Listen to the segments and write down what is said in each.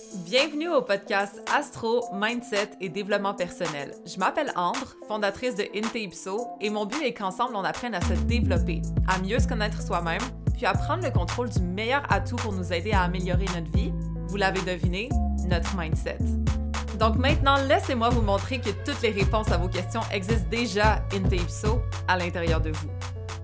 Bienvenue au podcast Astro, Mindset et Développement personnel. Je m'appelle Ambre, fondatrice de Inte-Ipso, et mon but est qu'ensemble on apprenne à se développer, à mieux se connaître soi-même, puis à prendre le contrôle du meilleur atout pour nous aider à améliorer notre vie. Vous l'avez deviné, notre mindset. Donc maintenant, laissez-moi vous montrer que toutes les réponses à vos questions existent déjà Inte-Ipso à l'intérieur de vous.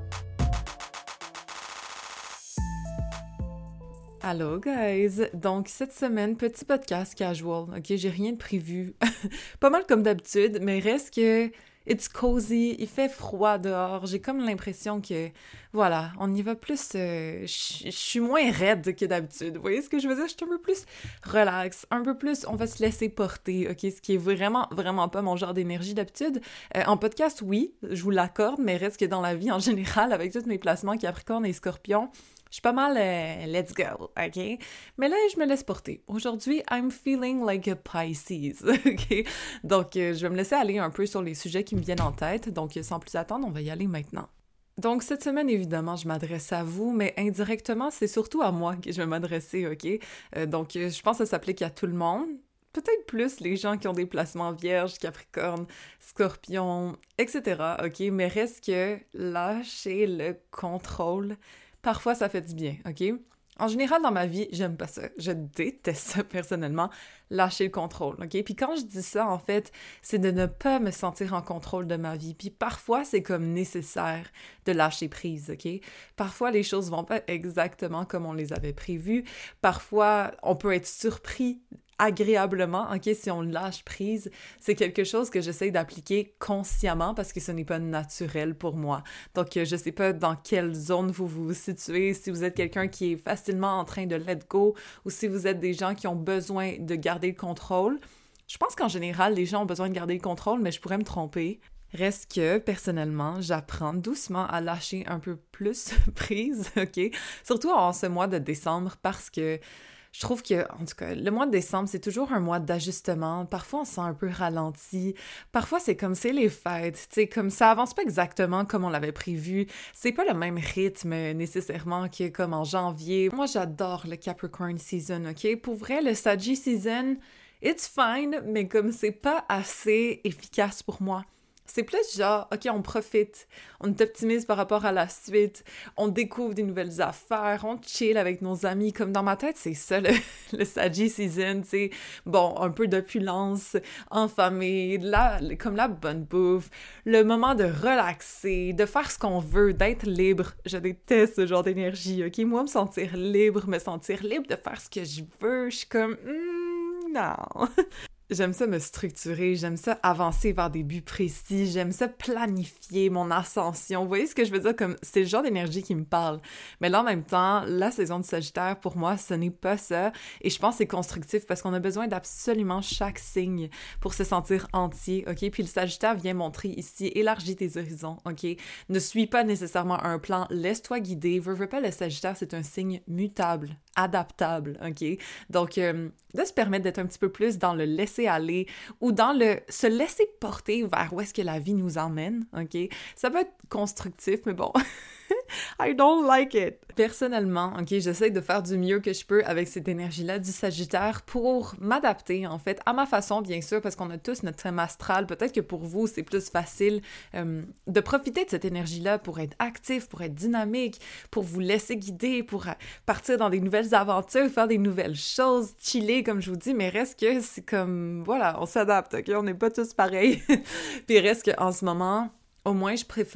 Allô guys! Donc cette semaine, petit podcast casual, ok? J'ai rien de prévu. Pas mal comme d'habitude, mais reste que it's cozy, il fait froid dehors, j'ai comme l'impression que, voilà, on y va plus... Je suis moins raide que d'habitude, vous voyez ce que je veux dire? Je suis un peu plus relax, un peu plus, on va se laisser porter, ok? Ce qui est vraiment, vraiment pas mon genre d'énergie d'habitude. En podcast, oui, je vous l'accorde, mais reste que dans la vie en général, avec tous mes placements Capricorne et Scorpion, je suis pas mal let's go, OK? Mais là, je me laisse porter. Aujourd'hui, I'm feeling like a Pisces, OK? Donc, je vais me laisser aller un peu sur les sujets qui me viennent en tête. Donc, sans plus attendre, on va y aller maintenant. Donc, cette semaine, évidemment, je m'adresse à vous, mais indirectement, c'est surtout à moi que je vais m'adresser, OK? Donc, je pense que ça s'applique à tout le monde. Peut-être plus les gens qui ont des placements vierges, Capricorne, Scorpion, etc., OK? Mais reste que lâcher le contrôle. Parfois, ça fait du bien, OK? En général, dans ma vie, j'aime pas ça. Je déteste ça, personnellement, lâcher le contrôle, OK? Puis quand je dis ça, en fait, c'est de ne pas me sentir en contrôle de ma vie. Puis parfois, c'est comme nécessaire de lâcher prise, OK? Parfois, les choses vont pas exactement comme on les avait prévues. Parfois, on peut être surpris agréablement, OK, si on lâche prise, c'est quelque chose que j'essaie d'appliquer consciemment parce que ce n'est pas naturel pour moi. Donc, je sais pas dans quelle zone vous vous situez, si vous êtes quelqu'un qui est facilement en train de let go ou si vous êtes des gens qui ont besoin de garder le contrôle. Je pense qu'en général, les gens ont besoin de garder le contrôle, mais je pourrais me tromper. Reste que, personnellement, j'apprends doucement à lâcher un peu plus prise, OK? Surtout en ce mois de décembre parce que je trouve que, en tout cas, le mois de décembre, c'est toujours un mois d'ajustement. Parfois, on se sent un peu ralenti. Parfois, c'est comme c'est les fêtes. Tu sais, comme ça avance pas exactement comme on l'avait prévu. C'est pas le même rythme, nécessairement, que comme en janvier. Moi, j'adore le Capricorn season, OK? Pour vrai, le Saggy season, it's fine, mais comme c'est pas assez efficace pour moi. C'est plus genre, OK, on profite, on est optimiste par rapport à la suite, on découvre des nouvelles affaires, on chill avec nos amis. Comme dans ma tête, c'est ça le Saggy season, tu sais. Bon, un peu d'opulence en famille, comme la bonne bouffe, le moment de relaxer, de faire ce qu'on veut, d'être libre. Je déteste ce genre d'énergie, OK? Moi, me sentir libre de faire ce que je veux, je suis comme, non. J'aime ça me structurer, j'aime ça avancer vers des buts précis, j'aime ça planifier mon ascension. Vous voyez ce que je veux dire? Comme c'est le genre d'énergie qui me parle. Mais là, en même temps, la saison de Sagittaire, pour moi, ce n'est pas ça. Et je pense que c'est constructif parce qu'on a besoin d'absolument chaque signe pour se sentir entier, OK? Puis le Sagittaire vient montrer ici, élargis tes horizons, OK? Ne suis pas nécessairement un plan, laisse-toi guider. Veux pas, le Sagittaire, c'est un signe mutable, adaptable, OK? Donc, de se permettre d'être un petit peu plus dans le laisser aller ou dans le se laisser porter vers où est-ce que la vie nous emmène, OK? Ça peut être constructif, mais bon, I don't like it. Personnellement, OK, j'essaie de faire du mieux que je peux avec cette énergie-là du Sagittaire pour m'adapter, en fait, à ma façon, bien sûr, parce qu'on a tous notre thème astral. Peut-être que pour vous, c'est plus facile de profiter de cette énergie-là pour être actif, pour être dynamique, pour vous laisser guider, pour partir dans des nouvelles aventures, faire des nouvelles choses, chiller, comme je vous dis, mais reste que c'est comme, voilà, on s'adapte, OK? On n'est pas tous pareils. Puis reste qu'en ce moment, au moins,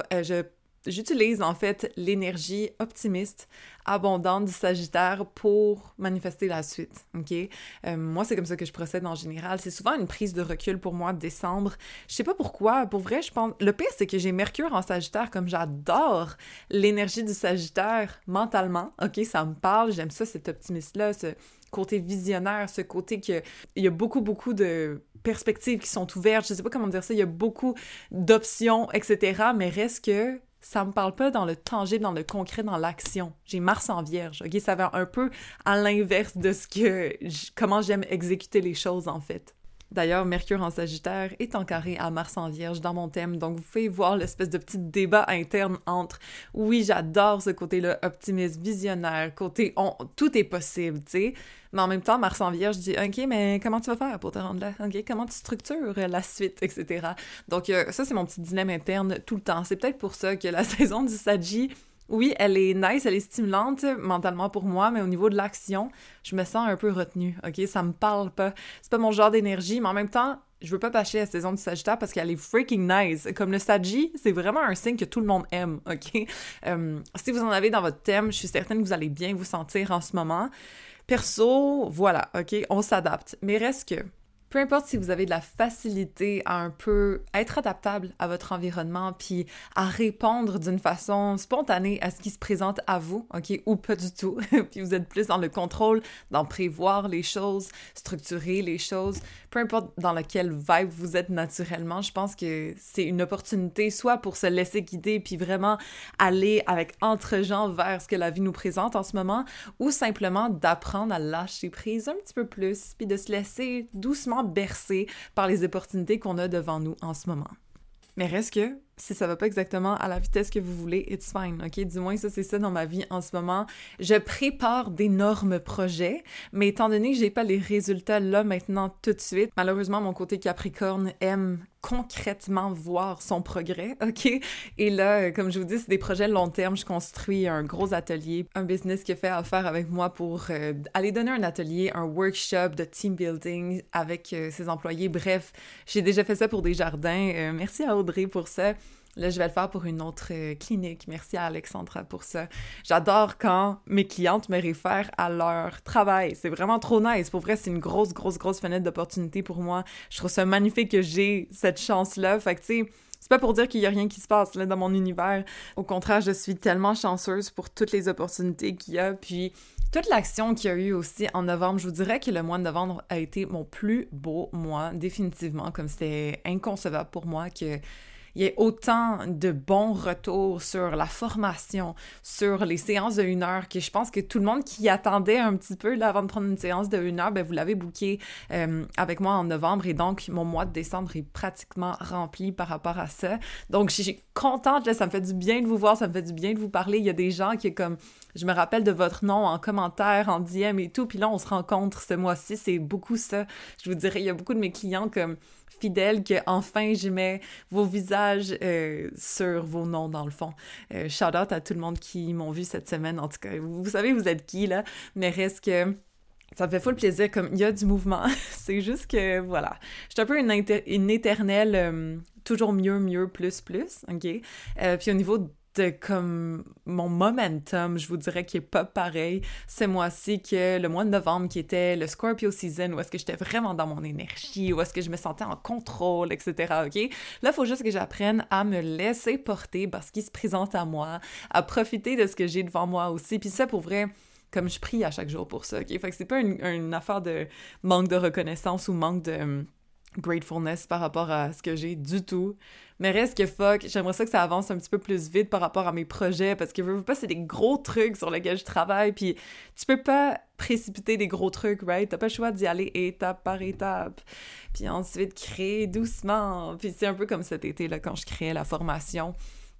j'utilise en fait l'énergie optimiste, abondante du Sagittaire pour manifester la suite, OK? Moi, c'est comme ça que je procède en général. C'est souvent une prise de recul pour moi, décembre. Je sais pas pourquoi, pour vrai, je pense... Le pire, c'est que j'ai Mercure en Sagittaire, comme j'adore l'énergie du Sagittaire mentalement, OK? Ça me parle, j'aime ça, cet optimiste-là, ce côté visionnaire, ce côté que il y a beaucoup de perspectives qui sont ouvertes, je sais pas comment dire ça, il y a beaucoup d'options, etc., mais reste que ça me parle pas dans le tangible, dans le concret, dans l'action. J'ai Mars en Vierge, OK? Ça va un peu à l'inverse de comment j'aime exécuter les choses, en fait. D'ailleurs, Mercure en Sagittaire est en carré à Mars en Vierge dans mon thème, donc vous pouvez voir l'espèce de petit débat interne entre « oui, j'adore ce côté-là, optimiste, visionnaire, côté tout est possible », tu sais, mais en même temps, Mars en Vierge dit « ok, mais comment tu vas faire pour te rendre là? Ok, comment tu structures la suite, etc. » Donc ça, c'est mon petit dilemme interne tout le temps. C'est peut-être pour ça que la saison du Saggi, oui, elle est nice, elle est stimulante mentalement pour moi, mais au niveau de l'action, je me sens un peu retenue, ok? Ça me parle pas. C'est pas mon genre d'énergie, mais en même temps, je veux pas bâcher la saison du Sagittaire parce qu'elle est freaking nice. Comme le Saggi, c'est vraiment un signe que tout le monde aime, ok? Si vous en avez dans votre thème, je suis certaine que vous allez bien vous sentir en ce moment. Perso, voilà, ok? On s'adapte. Mais reste que... Peu importe si vous avez de la facilité à un peu être adaptable à votre environnement puis à répondre d'une façon spontanée à ce qui se présente à vous, ok, ou pas du tout, puis vous êtes plus dans le contrôle, dans prévoir les choses, structurer les choses, peu importe dans lequel vibe vous êtes naturellement, je pense que c'est une opportunité soit pour se laisser guider puis vraiment aller avec entre-gens vers ce que la vie nous présente en ce moment, ou simplement d'apprendre à lâcher prise un petit peu plus puis de se laisser doucement bercé par les opportunités qu'on a devant nous en ce moment. Mais reste que, si ça va pas exactement à la vitesse que vous voulez, it's fine, ok? Du moins, ça, c'est ça dans ma vie en ce moment. Je prépare d'énormes projets, mais étant donné que j'ai pas les résultats là, maintenant, tout de suite, malheureusement, mon côté Capricorne aime concrètement voir son progrès, ok? Et là, comme je vous dis, c'est des projets long terme. Je construis un gros atelier, un business qui fait affaire avec moi pour aller donner un atelier, un workshop de team building avec ses employés. Bref, j'ai déjà fait ça pour des jardins. Merci à Audrey pour ça. Là, je vais le faire pour une autre clinique. Merci à Alexandra pour ça. J'adore quand mes clientes me réfèrent à leur travail. C'est vraiment trop nice. Pour vrai, c'est une grosse fenêtre d'opportunité pour moi. Je trouve ça magnifique que j'ai cette chance-là. Fait que, tu sais, c'est pas pour dire qu'il y a rien qui se passe là dans mon univers. Au contraire, je suis tellement chanceuse pour toutes les opportunités qu'il y a. Puis, toute l'action qu'il y a eu aussi en novembre, je vous dirais que le mois de novembre a été mon plus beau mois, définitivement. Comme c'était inconcevable pour moi que il y a autant de bons retours sur la formation, sur les séances de 1 heure, que je pense que tout le monde qui attendait un petit peu là, avant de prendre une séance de 1 heure, ben vous l'avez booké avec moi en novembre, et donc mon mois de décembre est pratiquement rempli par rapport à ça. Donc je suis contente, là, ça me fait du bien de vous voir, ça me fait du bien de vous parler. Il y a des gens qui, comme, je me rappelle de votre nom en commentaire, en DM et tout, puis là on se rencontre ce mois-ci, c'est beaucoup ça. Je vous dirais, il y a beaucoup de mes clients comme fidèles que enfin je mets vos visages sur vos noms dans le fond. Shout out à tout le monde qui m'ont vu cette semaine, en tout cas. Vous savez vous êtes qui là, mais reste que ça me fait full plaisir, comme il y a du mouvement. C'est juste que, voilà. Je suis un peu une éternelle toujours mieux, plus, ok? Puis au niveau de comme mon momentum, je vous dirais qu'il est pas pareil ce mois-ci que le mois de novembre qui était le Scorpio season, où est-ce que j'étais vraiment dans mon énergie, où est-ce que je me sentais en contrôle, etc., ok? Là, il faut juste que j'apprenne à me laisser porter par ce qui se présente à moi, à profiter de ce que j'ai devant moi aussi, puis ça, pour vrai, comme je prie à chaque jour pour ça, ok? Fait que c'est pas une affaire de manque de reconnaissance ou manque de gratefulness par rapport à ce que j'ai du tout. Mais reste que j'aimerais ça que ça avance un petit peu plus vite par rapport à mes projets, parce que veux pas, c'est des gros trucs sur lesquels je travaille, puis tu peux pas précipiter des gros trucs, right? T'as pas le choix d'y aller étape par étape, puis ensuite créer doucement. Puis c'est un peu comme cet été, là, quand je créais la formation.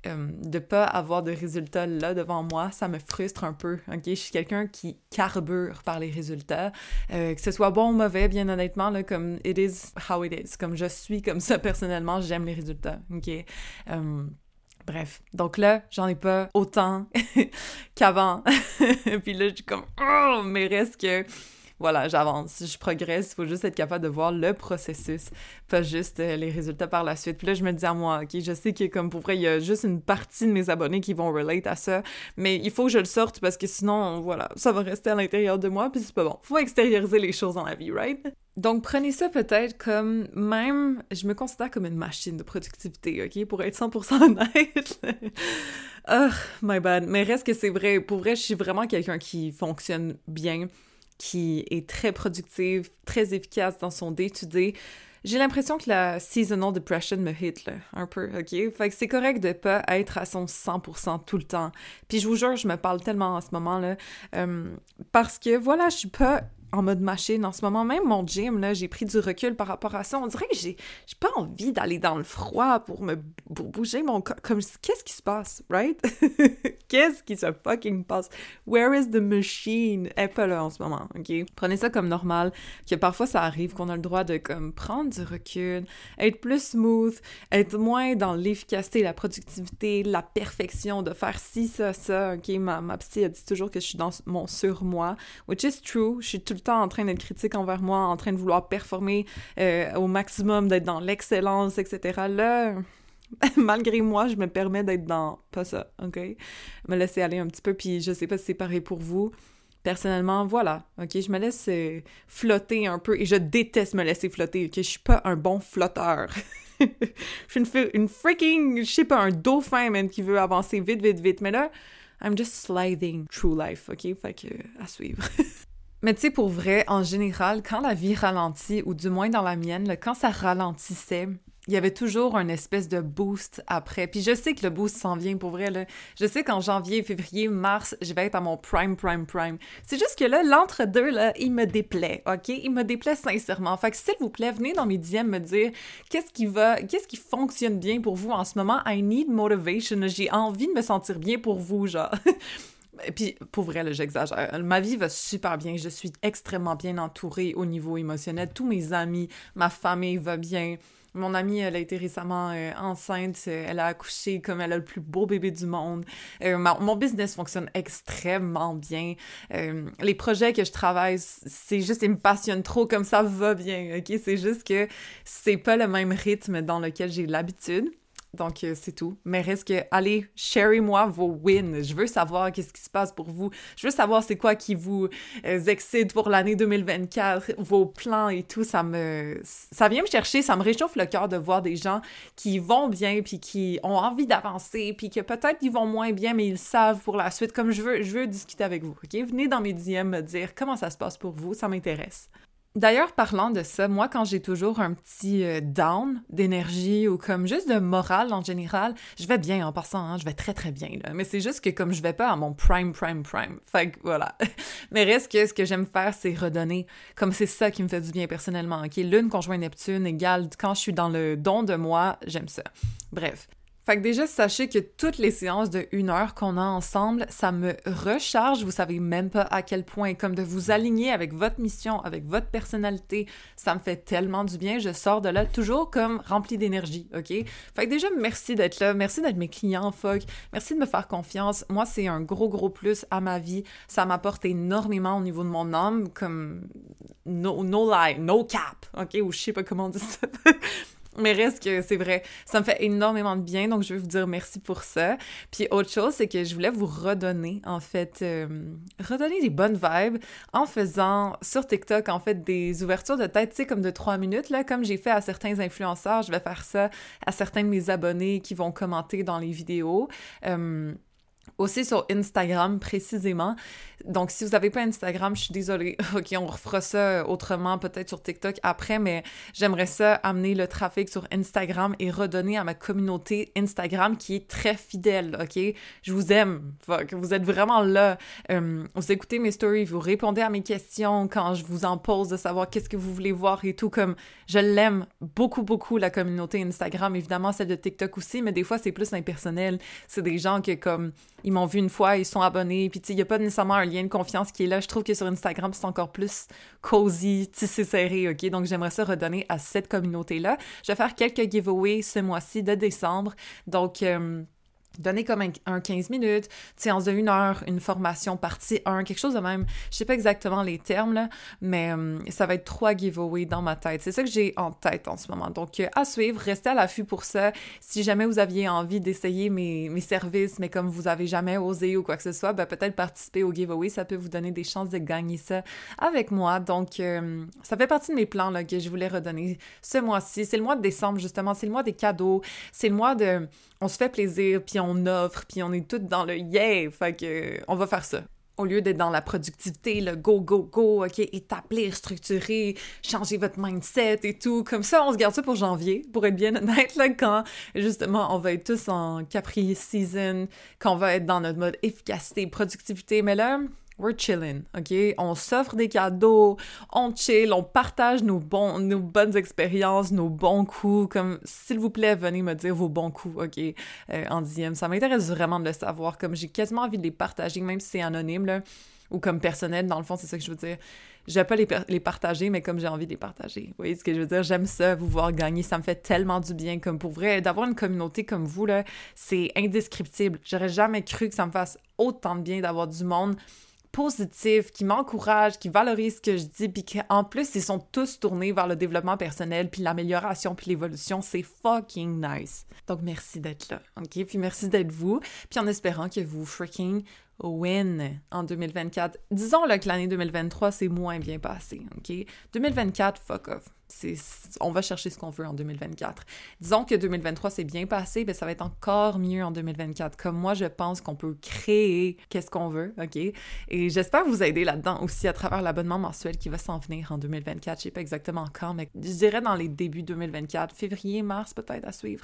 De pas avoir de résultats là devant moi, ça me frustre un peu, ok? Je suis quelqu'un qui carbure par les résultats, que ce soit bon ou mauvais, bien honnêtement, là, comme it is how it is, comme je suis comme ça personnellement, j'aime les résultats, ok? Bref, donc là, j'en ai pas autant qu'avant, puis là, je suis comme, oh, mais reste que... Voilà, j'avance, je progresse, il faut juste être capable de voir le processus, pas juste les résultats par la suite. Puis là, je me dis à moi, ok, je sais que comme pour vrai, il y a juste une partie de mes abonnés qui vont relate à ça, mais il faut que je le sorte parce que sinon, voilà, ça va rester à l'intérieur de moi, puis c'est pas bon. Faut extérioriser les choses dans la vie, right? Donc, prenez ça peut-être comme même... Je me considère comme une machine de productivité, OK? Pour être 100% honnête. Oh, my bad. Mais reste que c'est vrai. Pour vrai, je suis vraiment quelqu'un qui fonctionne bien, qui est très productive, très efficace dans son day-to-day. J'ai l'impression que la seasonal depression me hit, là, un peu, OK? Fait que c'est correct de pas être à son 100% tout le temps. Puis je vous jure, je me parle tellement en ce moment, là, parce que, voilà, je suis pas en mode machine en ce moment. Même mon gym, là, j'ai pris du recul par rapport à ça. On dirait que j'ai pas envie d'aller dans le froid pour bouger mon corps. Comme, qu'est-ce qui se passe, right? Qu'est-ce qui se fucking passe? Where is the machine? Elle est pas là en ce moment, OK? Prenez ça comme normal, que parfois ça arrive qu'on a le droit de, comme, prendre du recul, être plus smooth, être moins dans l'efficacité, la productivité, la perfection, de faire ci, ça, OK? Ma psy a dit toujours que je suis dans mon surmoi, which is true. Je suis tout le temps en train d'être critique envers moi, en train de vouloir performer au maximum, d'être dans l'excellence, etc. Là, malgré moi, je me permets d'être dans pas ça, OK? Me laisser aller un petit peu, puis je sais pas si c'est pareil pour vous. Personnellement, voilà, OK? Je me laisse flotter un peu, et je déteste me laisser flotter, OK? Je suis pas un bon flotteur. Je suis une freaking, je sais pas, un dauphin, même, qui veut avancer vite, vite, vite. Mais là, I'm just sliding through life, OK? Fait que, à suivre. Mais tu sais, pour vrai, en général, quand la vie ralentit, ou du moins dans la mienne, là, quand ça ralentissait, il y avait toujours un espèce de boost après. Puis je sais que le boost s'en vient, pour vrai, là. Je sais qu'en janvier, février, mars, je vais être à mon prime. C'est juste que là, l'entre-deux, là, il me déplaît, OK? Il me déplaît sincèrement. Fait que s'il vous plaît, venez dans mes DM me dire qu'est-ce qui fonctionne bien pour vous en ce moment. I need motivation. J'ai envie de me sentir bien pour vous, genre. Et puis, pour vrai, là, j'exagère. Ma vie va super bien. Je suis extrêmement bien entourée au niveau émotionnel. Tous mes amis, ma famille va bien. Mon amie, elle a été récemment enceinte. Elle a accouché comme elle a le plus beau bébé du monde. Mon business fonctionne extrêmement bien. Les projets que je travaille, c'est juste, ils me passionnent trop, comme ça va bien, OK? C'est juste que c'est pas le même rythme dans lequel j'ai l'habitude. Donc, c'est tout. Mais reste que, allez, share-moi vos wins. Je veux savoir qu'est-ce qui se passe pour vous. Je veux savoir c'est quoi qui vous excite pour l'année 2024, vos plans et tout. Ça vient me chercher, ça me réchauffe le cœur de voir des gens qui vont bien, puis qui ont envie d'avancer, puis que peut-être ils vont moins bien, mais ils savent pour la suite. Comme je veux discuter avec vous, OK? Venez dans mes DM me dire comment ça se passe pour vous, ça m'intéresse. D'ailleurs, parlant de ça, moi, quand j'ai toujours un petit down d'énergie ou comme juste de morale en général, je vais bien en passant, hein, je vais très très bien, là. Mais c'est juste que comme je vais pas à mon prime. Fait que voilà. Mais reste que ce que j'aime faire, c'est redonner. Comme c'est ça qui me fait du bien personnellement, OK? Lune conjoint Neptune égale quand je suis dans le don de moi, j'aime ça. Bref. Fait que déjà, sachez que toutes les séances de 1 heure qu'on a ensemble, ça me recharge. Vous savez même pas à quel point. Comme de vous aligner avec votre mission, avec votre personnalité, ça me fait tellement du bien. Je sors de là toujours comme remplie d'énergie, OK? Fait que déjà, merci d'être là. Merci d'être mes clients, fuck. Merci de me faire confiance. Moi, c'est un gros plus à ma vie. Ça m'apporte énormément au niveau de mon âme, comme no lie, no cap, OK? Ou je sais pas comment on dit ça. Mais reste que c'est vrai, ça me fait énormément de bien, donc je veux vous dire merci pour ça. Puis autre chose, c'est que je voulais vous redonner, en fait, redonner des bonnes vibes en faisant sur TikTok, en fait, des ouvertures de tête, tu sais, comme de 3 minutes, là, comme j'ai fait à certains influenceurs, je vais faire ça à certains de mes abonnés qui vont commenter dans les vidéos. Aussi sur Instagram, précisément. Donc, si vous n'avez pas Instagram, je suis désolée. OK, on refera ça autrement, peut-être sur TikTok après, mais j'aimerais ça amener le trafic sur Instagram et redonner à ma communauté Instagram qui est très fidèle, OK? Je vous aime. Fuck, vous êtes vraiment là. Vous écoutez mes stories, vous répondez à mes questions quand je vous en pose de savoir qu'est-ce que vous voulez voir et tout. Comme, je l'aime beaucoup, la communauté Instagram. Évidemment, celle de TikTok aussi, mais des fois, c'est plus impersonnel. C'est des gens que, comme, ils m'ont vu une fois, ils sont abonnés, puis tu sais, il n'y a pas nécessairement un lien de confiance qui est là. Je trouve que sur Instagram, c'est encore plus cozy, tissé serré, OK? Donc, j'aimerais ça redonner à cette communauté-là. Je vais faire quelques giveaways ce mois-ci de décembre. Donc, donner comme un 15 minutes, séance de 1 heure, une formation partie 1, quelque chose de même. Je sais pas exactement les termes, là, mais ça va être 3 giveaways dans ma tête. C'est ça que j'ai en tête en ce moment. Donc, à suivre, restez à l'affût pour ça. Si jamais vous aviez envie d'essayer mes services, mais comme vous avez jamais osé ou quoi que ce soit, ben peut-être participer au giveaway, ça peut vous donner des chances de gagner ça avec moi. Donc, ça fait partie de mes plans là, que je voulais redonner ce mois-ci. C'est le mois de décembre, justement. C'est le mois des cadeaux. C'est le mois de... On se fait plaisir, puis on offre, puis on est toutes dans le « yeah », fait que on va faire ça. Au lieu d'être dans la productivité, le go, OK, établir, structurer, changer votre mindset et tout, comme ça, on se garde ça pour janvier, pour être bien honnête, là, quand, justement, on va être tous en Capri season, quand on va être dans notre mode efficacité, productivité, mais là... we're chillin', OK? On s'offre des cadeaux, on chill, on partage nos bonnes expériences, nos bons coups, comme, s'il vous plaît, venez me dire vos bons coups, OK? En DM, ça m'intéresse vraiment de le savoir, comme j'ai quasiment envie de les partager, même si c'est anonyme, là, ou comme personnel, dans le fond, c'est ça que je veux dire. Je vais pas les partager, mais comme j'ai envie de les partager. Vous voyez ce que je veux dire? J'aime ça, vous voir gagner, ça me fait tellement du bien, comme pour vrai, d'avoir une communauté comme vous, là, c'est indescriptible. J'aurais jamais cru que ça me fasse autant de bien d'avoir du monde positif, qui m'encourage, qui valorise ce que je dis, puis qu'en plus, ils sont tous tournés vers le développement personnel, puis l'amélioration, puis l'évolution. C'est fucking nice. Donc, merci d'être là, OK? Puis merci d'être vous, puis en espérant que vous freaking win en 2024. Disons-le que l'année 2023, c'est moins bien passé, OK? 2024, fuck off. On va chercher ce qu'on veut en 2024. Disons que 2023 c'est bien passé, mais ça va être encore mieux en 2024. Comme moi, je pense qu'on peut créer qu'est-ce qu'on veut, OK? Et j'espère vous aider là-dedans aussi à travers l'abonnement mensuel qui va s'en venir en 2024. Je sais pas exactement quand, mais je dirais dans les débuts 2024, février, mars peut-être à suivre.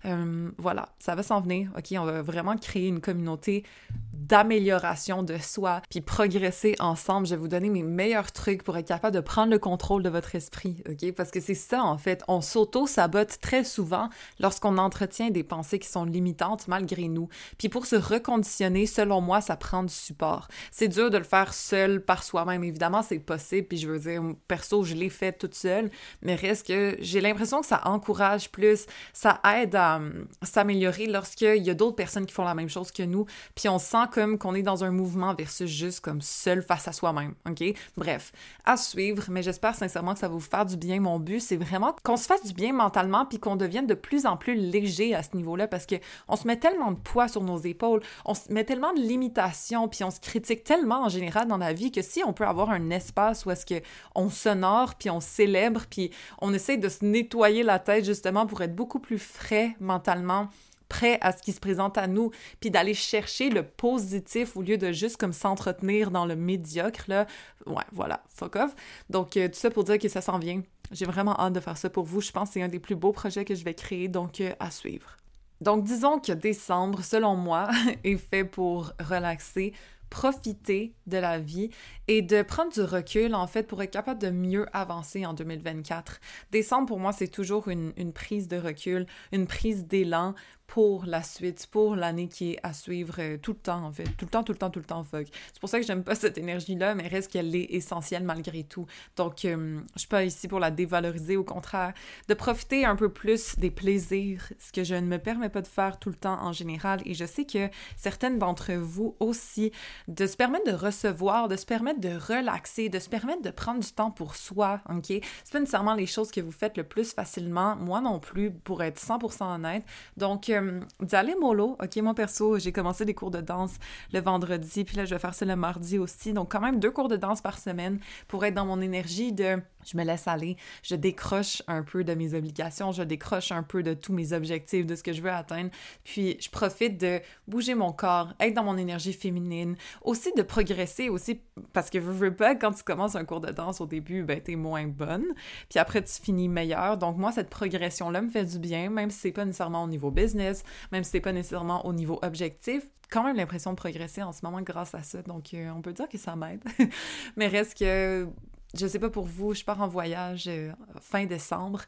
Voilà, ça va s'en venir, OK? On va vraiment créer une communauté d'amélioration de soi, puis progresser ensemble. Je vais vous donner mes meilleurs trucs pour être capable de prendre le contrôle de votre esprit, OK? Parce que c'est ça, en fait. On s'auto-sabote très souvent lorsqu'on entretient des pensées qui sont limitantes malgré nous. Puis pour se reconditionner, selon moi, ça prend du support. C'est dur de le faire seul par soi-même. Évidemment, c'est possible, puis je veux dire, perso, je l'ai fait toute seule, mais reste que j'ai l'impression que ça encourage plus, ça aide à s'améliorer lorsqu'il y a d'autres personnes qui font la même chose que nous, puis on sent comme qu'on est dans un mouvement versus juste comme seul face à soi-même, OK? Bref, à suivre, mais j'espère sincèrement que ça va vous faire du bien. Mon but, c'est vraiment qu'on se fasse du bien mentalement puis qu'on devienne de plus en plus léger à ce niveau-là parce qu'on se met tellement de poids sur nos épaules, on se met tellement de limitations puis on se critique tellement en général dans la vie que si on peut avoir un espace où est-ce qu'on s'honore puis on célèbre puis on essaie de se nettoyer la tête justement pour être beaucoup plus frais mentalement, prêt à ce qui se présente à nous, puis d'aller chercher le positif au lieu de juste comme s'entretenir dans le médiocre, là. Ouais, voilà, fuck off. Donc, tout ça pour dire que ça s'en vient. J'ai vraiment hâte de faire ça pour vous. Je pense que c'est un des plus beaux projets que je vais créer, donc à suivre. Donc, disons que décembre, selon moi, est fait pour relaxer, profiter de la vie et de prendre du recul, en fait, pour être capable de mieux avancer en 2024. Décembre, pour moi, c'est toujours une prise de recul, une prise d'élan pour la suite, pour l'année qui est à suivre tout le temps, en fait. Tout le temps, fuck. C'est pour ça que j'aime pas cette énergie-là, mais reste qu'elle est essentielle malgré tout. Donc, je suis pas ici pour la dévaloriser, au contraire, de profiter un peu plus des plaisirs, ce que je ne me permets pas de faire tout le temps en général. Et je sais que certaines d'entre vous aussi, de se permettre de recevoir, de se permettre de relaxer, de se permettre de prendre du temps pour soi, OK? C'est pas nécessairement les choses que vous faites le plus facilement, moi non plus, pour être 100% honnête. Donc, d'aller mollo, OK, moi perso, j'ai commencé des cours de danse le vendredi, puis là, je vais faire ça le mardi aussi. Donc, quand même 2 cours de danse par semaine pour être dans mon énergie de je me laisse aller, je décroche un peu de mes obligations, je décroche un peu de tous mes objectifs, de ce que je veux atteindre, puis je profite de bouger mon corps, être dans mon énergie féminine, aussi de progresser aussi, parce que veux pas, quand tu commences un cours de danse au début, ben t'es moins bonne, puis après tu finis meilleure. Donc moi, cette progression-là me fait du bien, même si c'est pas nécessairement au niveau business, même si c'est pas nécessairement au niveau objectif, quand même l'impression de progresser en ce moment grâce à ça, donc on peut dire que ça m'aide. Mais reste que je sais pas pour vous, je pars en voyage fin décembre.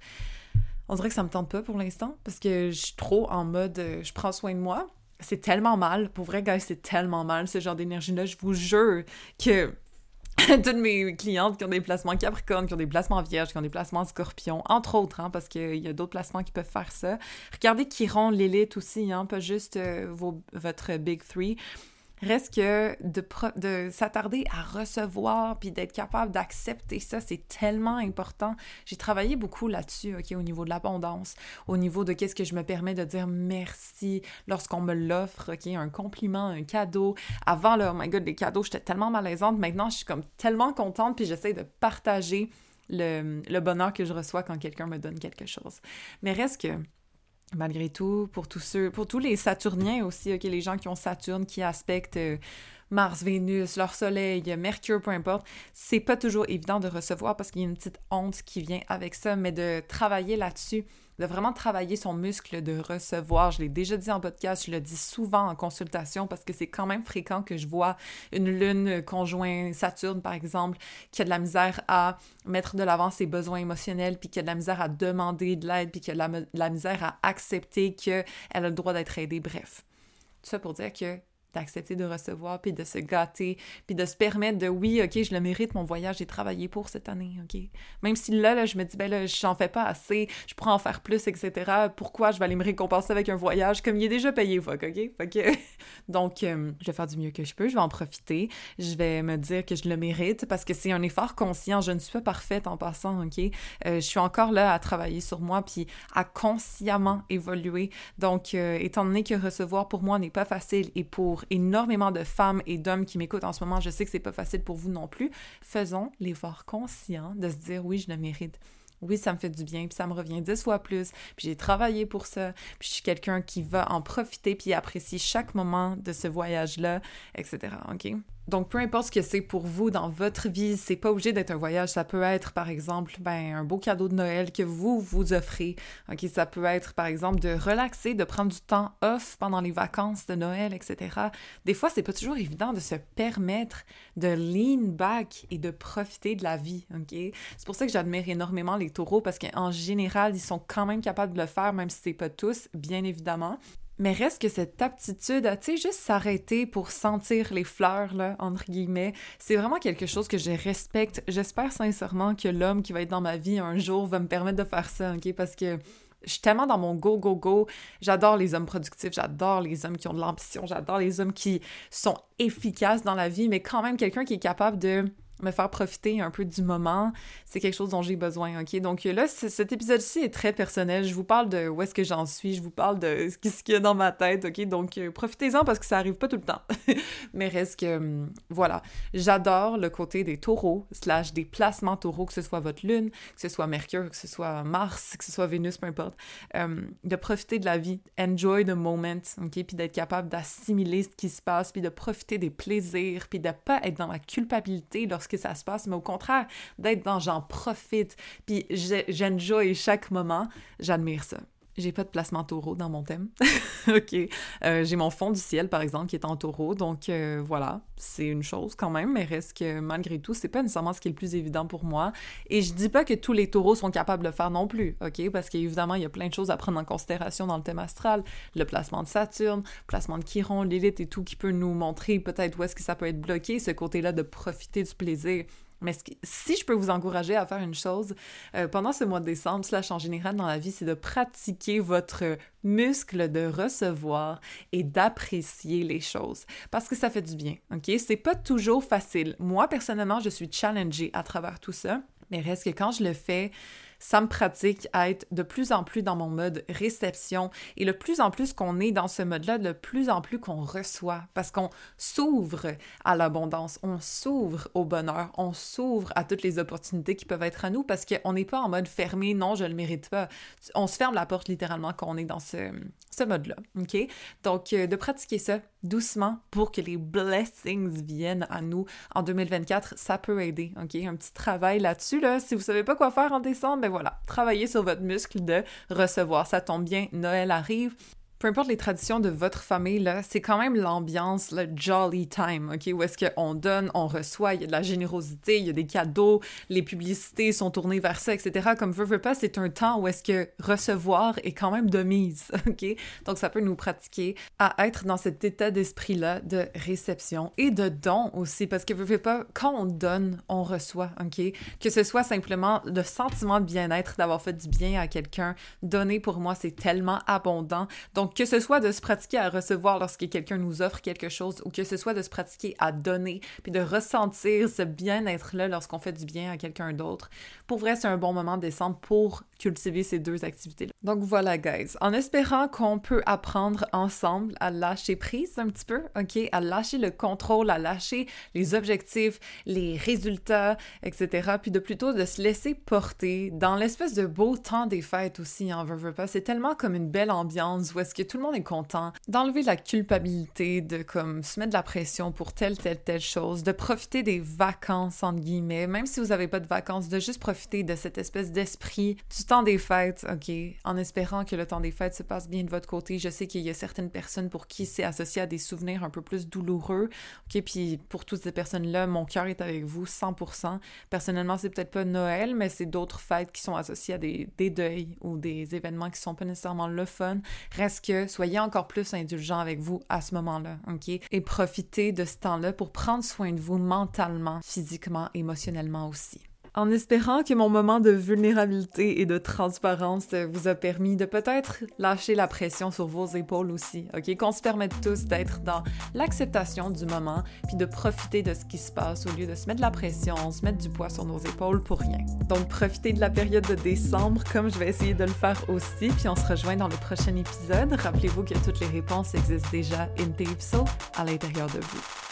On dirait que ça me tente pas pour l'instant parce que je suis trop en mode je prends soin de moi. C'est tellement mal. Pour vrai, guys, c'est tellement mal ce genre d'énergie-là. Je vous jure que toutes mes clientes qui ont des placements Capricorne, qui ont des placements Vierge, qui ont des placements Scorpion, entre autres, hein, parce qu'il y a d'autres placements qui peuvent faire ça. Regardez Chiron, l'élite aussi, hein, pas juste votre Big Three. Reste que de s'attarder à recevoir puis d'être capable d'accepter ça, c'est tellement important. J'ai travaillé beaucoup là-dessus, OK, au niveau de l'abondance, au niveau de qu'est-ce que je me permets de dire merci lorsqu'on me l'offre, OK, un compliment, un cadeau. Avant, là, oh my God, les cadeaux, j'étais tellement malaisante. Maintenant, je suis comme tellement contente puis j'essaie de partager le bonheur que je reçois quand quelqu'un me donne quelque chose. Mais reste que malgré tout, pour tous les Saturniens aussi, OK, les gens qui ont Saturne, qui aspectent Mars, Vénus, leur soleil, Mercure, peu importe, c'est pas toujours évident de recevoir parce qu'il y a une petite honte qui vient avec ça, mais de travailler là-dessus, de vraiment travailler son muscle de recevoir. Je l'ai déjà dit en podcast, je le dis souvent en consultation parce que c'est quand même fréquent que je vois une lune conjointe Saturne, par exemple, qui a de la misère à mettre de l'avant ses besoins émotionnels, puis qui a de la misère à demander de l'aide, puis qui a de la misère à accepter qu'elle a le droit d'être aidée. Bref, tout ça pour dire que d'accepter de recevoir, puis de se gâter, puis de se permettre de, oui, OK, je le mérite, mon voyage, j'ai travaillé pour cette année, OK? Même si là, je me dis, ben là, j'en fais pas assez, je pourrais en faire plus, etc. Pourquoi je vais aller me récompenser avec un voyage comme il est déjà payé, fuck, OK? Fait que... Donc, je vais faire du mieux que je peux, je vais en profiter, je vais me dire que je le mérite, parce que c'est un effort conscient, je ne suis pas parfaite en passant, OK? Je suis encore là à travailler sur moi, puis à consciemment évoluer. Donc, étant donné que recevoir pour moi n'est pas facile, et pour énormément de femmes et d'hommes qui m'écoutent en ce moment, je sais que c'est pas facile pour vous non plus, faisons l'effort conscient de se dire oui, je le mérite. Oui, ça me fait du bien, puis ça me revient 10 fois plus, puis j'ai travaillé pour ça, puis je suis quelqu'un qui va en profiter puis apprécier chaque moment de ce voyage-là, etc., OK? Donc, peu importe ce que c'est pour vous dans votre vie, c'est pas obligé d'être un voyage. Ça peut être, par exemple, un beau cadeau de Noël que vous vous offrez. OK, ça peut être, par exemple, de relaxer, de prendre du temps off pendant les vacances de Noël, etc. Des fois, c'est pas toujours évident de se permettre de lean back et de profiter de la vie, OK? C'est pour ça que j'admire énormément les taureaux parce qu'en général, ils sont quand même capables de le faire, même si c'est pas tous, bien évidemment. Mais reste que cette aptitude à, tu sais, juste s'arrêter pour sentir les fleurs, là, entre guillemets, c'est vraiment quelque chose que je respecte. J'espère sincèrement que l'homme qui va être dans ma vie un jour va me permettre de faire ça, OK? Parce que je suis tellement dans mon go, go, go. J'adore les hommes productifs, j'adore les hommes qui ont de l'ambition, j'adore les hommes qui sont efficaces dans la vie, mais quand même quelqu'un qui est capable de me faire profiter un peu du moment, c'est quelque chose dont j'ai besoin, OK? Donc là, cet épisode-ci est très personnel. Je vous parle de où est-ce que j'en suis, je vous parle de ce qu'il y a dans ma tête, OK? Donc profitez-en parce que ça arrive pas tout le temps. Mais reste que, voilà, j'adore le côté des taureaux, / des placements taureaux, que ce soit votre lune, que ce soit Mercure, que ce soit Mars, que ce soit Vénus, peu importe, de profiter de la vie, enjoy the moment, OK? Puis d'être capable d'assimiler ce qui se passe, puis de profiter des plaisirs, puis de pas être dans la culpabilité lorsque ça se passe, mais au contraire, d'être dans j'en profite, puis j'enjoy chaque moment, j'admire ça. J'ai pas de placement taureau dans mon thème. OK. J'ai mon fond du ciel, par exemple, qui est en taureau. Donc, voilà, c'est une chose quand même, mais reste que malgré tout, c'est pas nécessairement ce qui est le plus évident pour moi. Et je dis pas que tous les taureaux sont capables de le faire non plus, OK? Parce qu'évidemment, il y a plein de choses à prendre en considération dans le thème astral. Le placement de Saturne, le placement de Chiron, Lilith et tout qui peut nous montrer peut-être où est-ce que ça peut être bloqué, ce côté-là de profiter du plaisir. Mais si je peux vous encourager à faire une chose, pendant ce mois de décembre, / en général dans la vie, c'est de pratiquer votre muscle de recevoir et d'apprécier les choses. Parce que ça fait du bien, OK? C'est pas toujours facile. Moi, personnellement, je suis challengée à travers tout ça, mais reste que quand je le fais, ça me pratique à être de plus en plus dans mon mode réception et le plus en plus qu'on est dans ce mode-là, de plus en plus qu'on reçoit parce qu'on s'ouvre à l'abondance, on s'ouvre au bonheur, on s'ouvre à toutes les opportunités qui peuvent être à nous parce qu'on n'est pas en mode fermé, non, je le mérite pas. On se ferme la porte littéralement quand on est dans ce mode-là, OK? Donc, de pratiquer ça doucement pour que les blessings viennent à nous en 2024, ça peut aider, OK? Un petit travail là-dessus, là. Si vous savez pas quoi faire en décembre, ben voilà, travaillez sur votre muscle de recevoir. Ça tombe bien, Noël arrive. Peu importe les traditions de votre famille, là, c'est quand même l'ambiance, le jolly time, OK? Où est-ce qu'on donne, on reçoit, il y a de la générosité, il y a des cadeaux, les publicités sont tournées vers ça, etc. Comme veut pas, c'est un temps où est-ce que recevoir est quand même de mise, OK? Donc, ça peut nous pratiquer à être dans cet état d'esprit-là de réception et de don aussi, parce que veut pas, quand on donne, on reçoit, OK? Que ce soit simplement le sentiment de bien-être, d'avoir fait du bien à quelqu'un, donner pour moi, c'est tellement abondant. Donc, que ce soit de se pratiquer à recevoir lorsque quelqu'un nous offre quelque chose ou que ce soit de se pratiquer à donner puis de ressentir ce bien-être-là lorsqu'on fait du bien à quelqu'un d'autre. Pour vrai, c'est un bon moment de décembre pour cultiver ces deux activités-là. Donc voilà, guys. En espérant qu'on peut apprendre ensemble à lâcher prise un petit peu, OK? À lâcher le contrôle, à lâcher les objectifs, les résultats, etc. Puis de plutôt de se laisser porter dans l'espèce de beau temps des fêtes aussi, en veut pas. C'est tellement comme une belle ambiance où est-ce que que tout le monde est content, d'enlever la culpabilité, de comme se mettre de la pression pour telle chose, de profiter des vacances, entre guillemets, même si vous n'avez pas de vacances, de juste profiter de cette espèce d'esprit du temps des fêtes, OK, en espérant que le temps des fêtes se passe bien de votre côté. Je sais qu'il y a certaines personnes pour qui c'est associé à des souvenirs un peu plus douloureux, OK, puis pour toutes ces personnes-là, mon cœur est avec vous 100%. Personnellement, c'est peut-être pas Noël, mais c'est d'autres fêtes qui sont associées à des deuils ou des événements qui sont pas nécessairement le fun. Reste que soyez encore plus indulgents avec vous à ce moment-là, OK? Et profitez de ce temps-là pour prendre soin de vous mentalement, physiquement, émotionnellement aussi. En espérant que mon moment de vulnérabilité et de transparence vous a permis de peut-être lâcher la pression sur vos épaules aussi, OK? Qu'on se permette tous d'être dans l'acceptation du moment puis de profiter de ce qui se passe au lieu de se mettre de la pression, se mettre du poids sur nos épaules pour rien. Donc, profitez de la période de décembre comme je vais essayer de le faire aussi, puis on se rejoint dans le prochain épisode. Rappelez-vous que toutes les réponses existent déjà in peso à l'intérieur de vous.